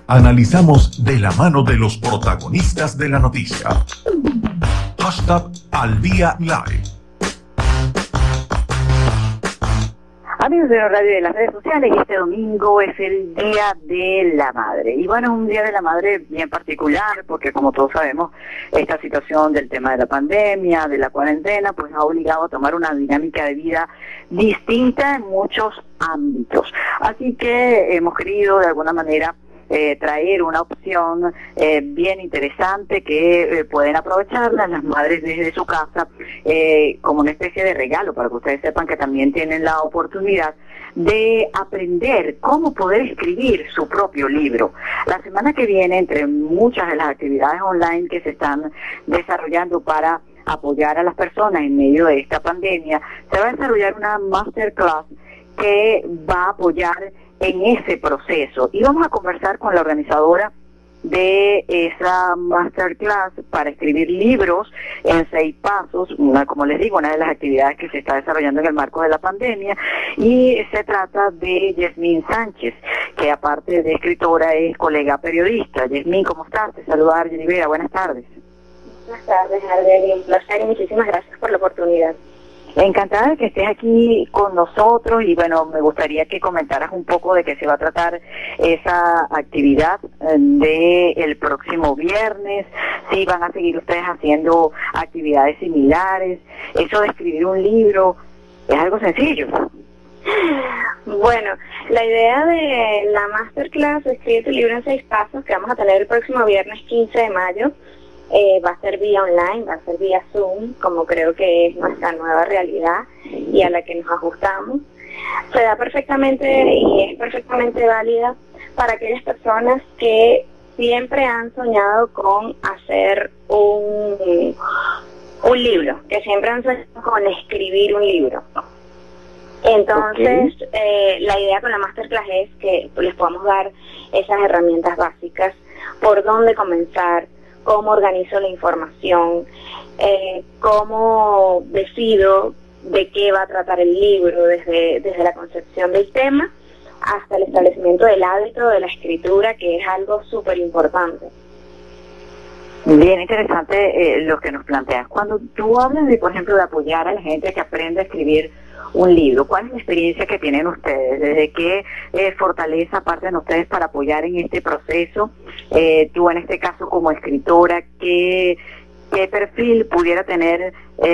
Analizamos de la mano de los protagonistas de la noticia. Hashtag Al Día Live. Amigos de la radio y de las redes sociales, este domingo es el Día de la Madre. Y bueno, es un Día de la Madre bien particular porque, como todos sabemos, esta situación del tema de la pandemia, de la cuarentena, pues ha obligado a tomar una dinámica de vida distinta en muchos ámbitos. Así que hemos querido, de alguna manera, traer una opción bien interesante que pueden aprovecharla las madres desde su casa como una especie de regalo, para que ustedes sepan que también tienen la oportunidad de aprender cómo poder escribir su propio libro. La semana que viene, entre muchas de las actividades online que se están desarrollando para apoyar a las personas en medio de esta pandemia, se va a desarrollar una masterclass que va a apoyar en ese proceso, y vamos a conversar con la organizadora de esa masterclass para escribir libros en 6 pasos, como les digo, una de las actividades que se está desarrollando en el marco de la pandemia, y se trata de Yasmín Sánchez, que aparte de escritora es colega periodista. Yasmín, ¿cómo estás? Te saluda Argel Rivera, buenas tardes. Buenas tardes, Argel, un placer y muchísimas gracias por la oportunidad. Encantada de que estés aquí con nosotros, y bueno, me gustaría que comentaras un poco de qué se va a tratar esa actividad del próximo viernes, si van a seguir ustedes haciendo actividades similares. Eso de escribir un libro es algo sencillo. Bueno, la idea de la masterclass Escribe tu libro en 6 pasos, que vamos a tener el próximo viernes 15 de mayo, va a ser vía online, va a ser vía Zoom, como creo que es nuestra nueva realidad y a la que nos ajustamos. Se da perfectamente y es perfectamente válida para aquellas personas que siempre han soñado con hacer un libro, que siempre han soñado con escribir un libro. Entonces, la idea con la masterclass es que les podamos dar esas herramientas básicas, por dónde comenzar, cómo organizo la información, cómo decido de qué va a tratar el libro, desde la concepción del tema hasta el establecimiento del hábito de la escritura, que es algo súper importante. Bien interesante lo que nos planteas. Cuando tú hablas de, por ejemplo, de apoyar a la gente que aprende a escribir un libro, ¿cuál es la experiencia que tienen ustedes? ¿Desde qué fortaleza parten ustedes para apoyar en este proceso? Tú, en este caso, como escritora, ¿qué perfil pudiera tener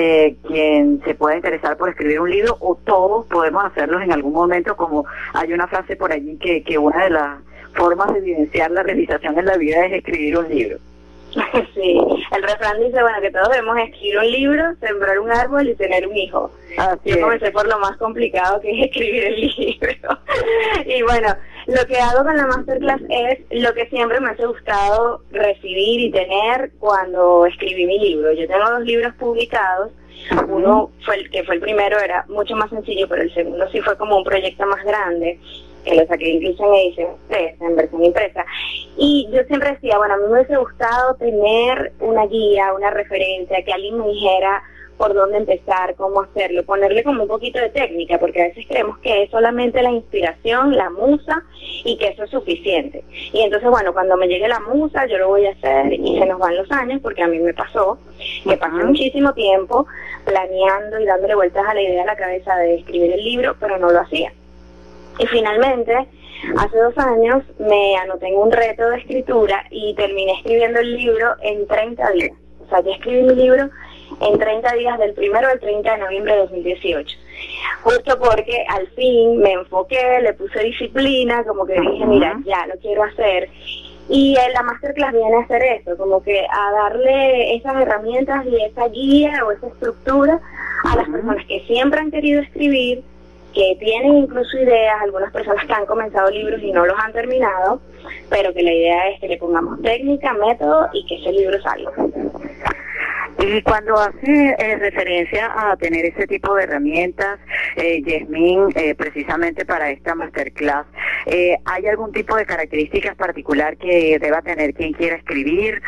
quien se pueda interesar por escribir un libro? ¿O todos podemos hacerlos en algún momento? Como hay una frase por allí que una de las formas de evidenciar la realización en la vida es escribir un libro. Sí, el refrán dice, bueno, que todos debemos escribir un libro, sembrar un árbol y tener un hijo. Yo comencé por lo más complicado, que es escribir el libro. Y bueno, lo que hago con la masterclass es lo que siempre me ha gustado recibir y tener cuando escribí mi libro. Yo tengo 2 libros publicados. Uno fue el primero, era mucho más sencillo, pero el segundo sí fue como un proyecto más grande, que lo saqué incluso en edición impresa, en versión impresa. Y yo siempre decía, bueno, a mí me hubiese gustado tener una guía, una referencia, que alguien me dijera por dónde empezar, cómo hacerlo, ponerle como un poquito de técnica, porque a veces creemos que es solamente la inspiración, la musa, y que eso es suficiente. Y entonces, bueno, cuando me llegue la musa, yo lo voy a hacer, y se nos van los años, porque a mí me pasó, que pasé muchísimo tiempo planeando y dándole vueltas a la idea a la cabeza de escribir el libro, pero no lo hacía. Y finalmente, hace 2 años, me anoté en un reto de escritura y terminé escribiendo el libro en 30 días. O sea, yo escribí mi libro en 30 días, del 1 al 30 de noviembre de 2018. Justo porque al fin me enfoqué, le puse disciplina, como que dije, mira, ya lo quiero hacer. Y la masterclass viene a hacer eso, como que a darle esas herramientas y esa guía o esa estructura a las personas que siempre han querido escribir, que tienen incluso ideas, algunas personas que han comenzado libros y no los han terminado, pero que la idea es que le pongamos técnica, método y que ese libro salga. Y cuando hace referencia a tener ese tipo de herramientas, Yasmín, precisamente para esta masterclass, ¿hay algún tipo de características particular que deba tener quien quiera escribir?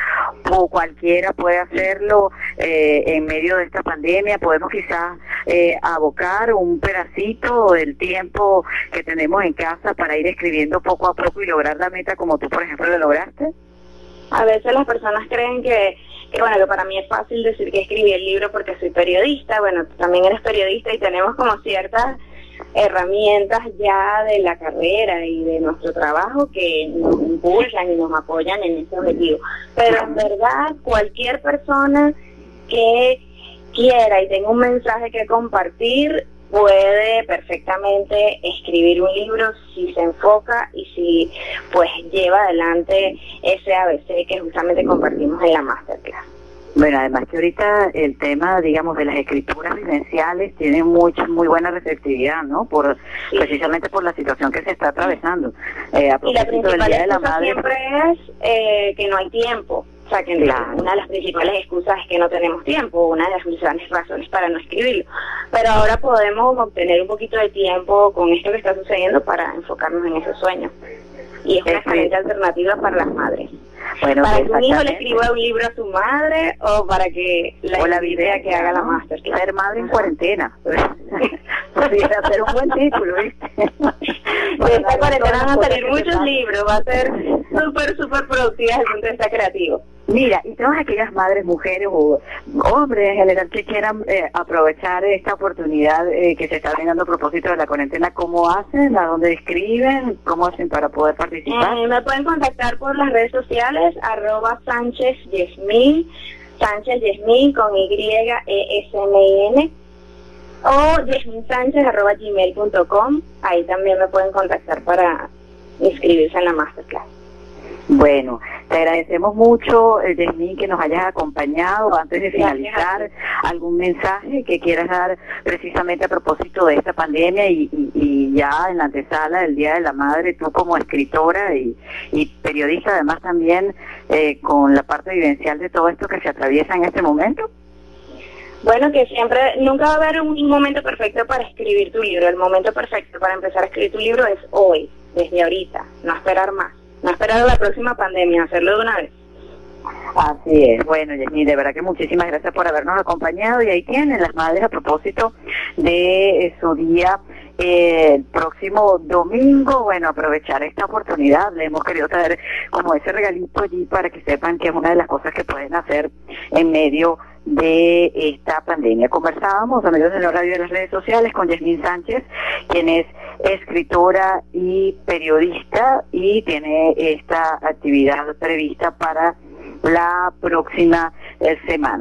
o cualquiera puede hacerlo en medio de esta pandemia. Podemos quizás abocar un pedacito del tiempo que tenemos en casa para ir escribiendo poco a poco y lograr la meta como tú, por ejemplo, lo lograste. A veces las personas creen que bueno, que para mí es fácil decir que escribí el libro porque soy periodista. Bueno, tú también eres periodista y tenemos como ciertas herramientas ya de la carrera y de nuestro trabajo que nos impulsan y nos apoyan en ese objetivo. Pero en verdad, cualquier persona que quiera y tenga un mensaje que compartir puede perfectamente escribir un libro si se enfoca y si pues lleva adelante ese ABC que justamente compartimos en la masterclass. Bueno, además que ahorita el tema, digamos, de las escrituras vivenciales tiene muy buena receptividad, ¿no? Precisamente por la situación que se está atravesando. A y la principal excusa siempre es que no hay tiempo. O sea, que claro, una de las principales excusas es que no tenemos tiempo, una de las principales razones para no escribirlo. Pero ahora podemos obtener un poquito de tiempo con esto que está sucediendo para enfocarnos en ese sueño. Y es una excelente alternativa para las madres. Bueno, para que un hijo le escriba un libro a su madre o para que la idea que haga la masterclass. Ser madre en cuarentena. Podría ser un buen título, ¿viste? De esta cuarentena van a salir muchos libros, va a ser súper productiva desde el punto de vista creativo. Mira, y todas aquellas madres, mujeres o hombres en general que quieran aprovechar esta oportunidad que se está brindando a propósito de la cuarentena, ¿cómo hacen? ¿A dónde escriben? ¿Cómo hacen para poder participar? Me pueden contactar por las redes sociales, @SánchezYesmín, Sánchez Yesmín con YESMIN, o yesminsanchez@gmail.com. Ahí también me pueden contactar para inscribirse en la masterclass. Bueno, te agradecemos mucho, Yesmín, que nos hayas acompañado. Antes de finalizar, ¿algún mensaje que quieras dar precisamente a propósito de esta pandemia y ya en la antesala del Día de la Madre, tú como escritora y periodista además también, con la parte vivencial de todo esto que se atraviesa en este momento? Bueno, que siempre, nunca va a haber un momento perfecto para escribir tu libro. El momento perfecto para empezar a escribir tu libro es hoy, desde ahorita, no esperar más. No esperar a la próxima pandemia, hacerlo de una vez. Así es. Bueno, Yesmín, de verdad que muchísimas gracias por habernos acompañado. Y ahí tienen las madres a propósito de su día el próximo domingo. Bueno, aprovechar esta oportunidad. Le hemos querido traer como ese regalito allí para que sepan que es una de las cosas que pueden hacer en medio de esta pandemia. Conversábamos, amigos de la radio y de las redes sociales, con Yesmín Sánchez, quien es escritora y periodista y tiene esta actividad prevista para la próxima semana.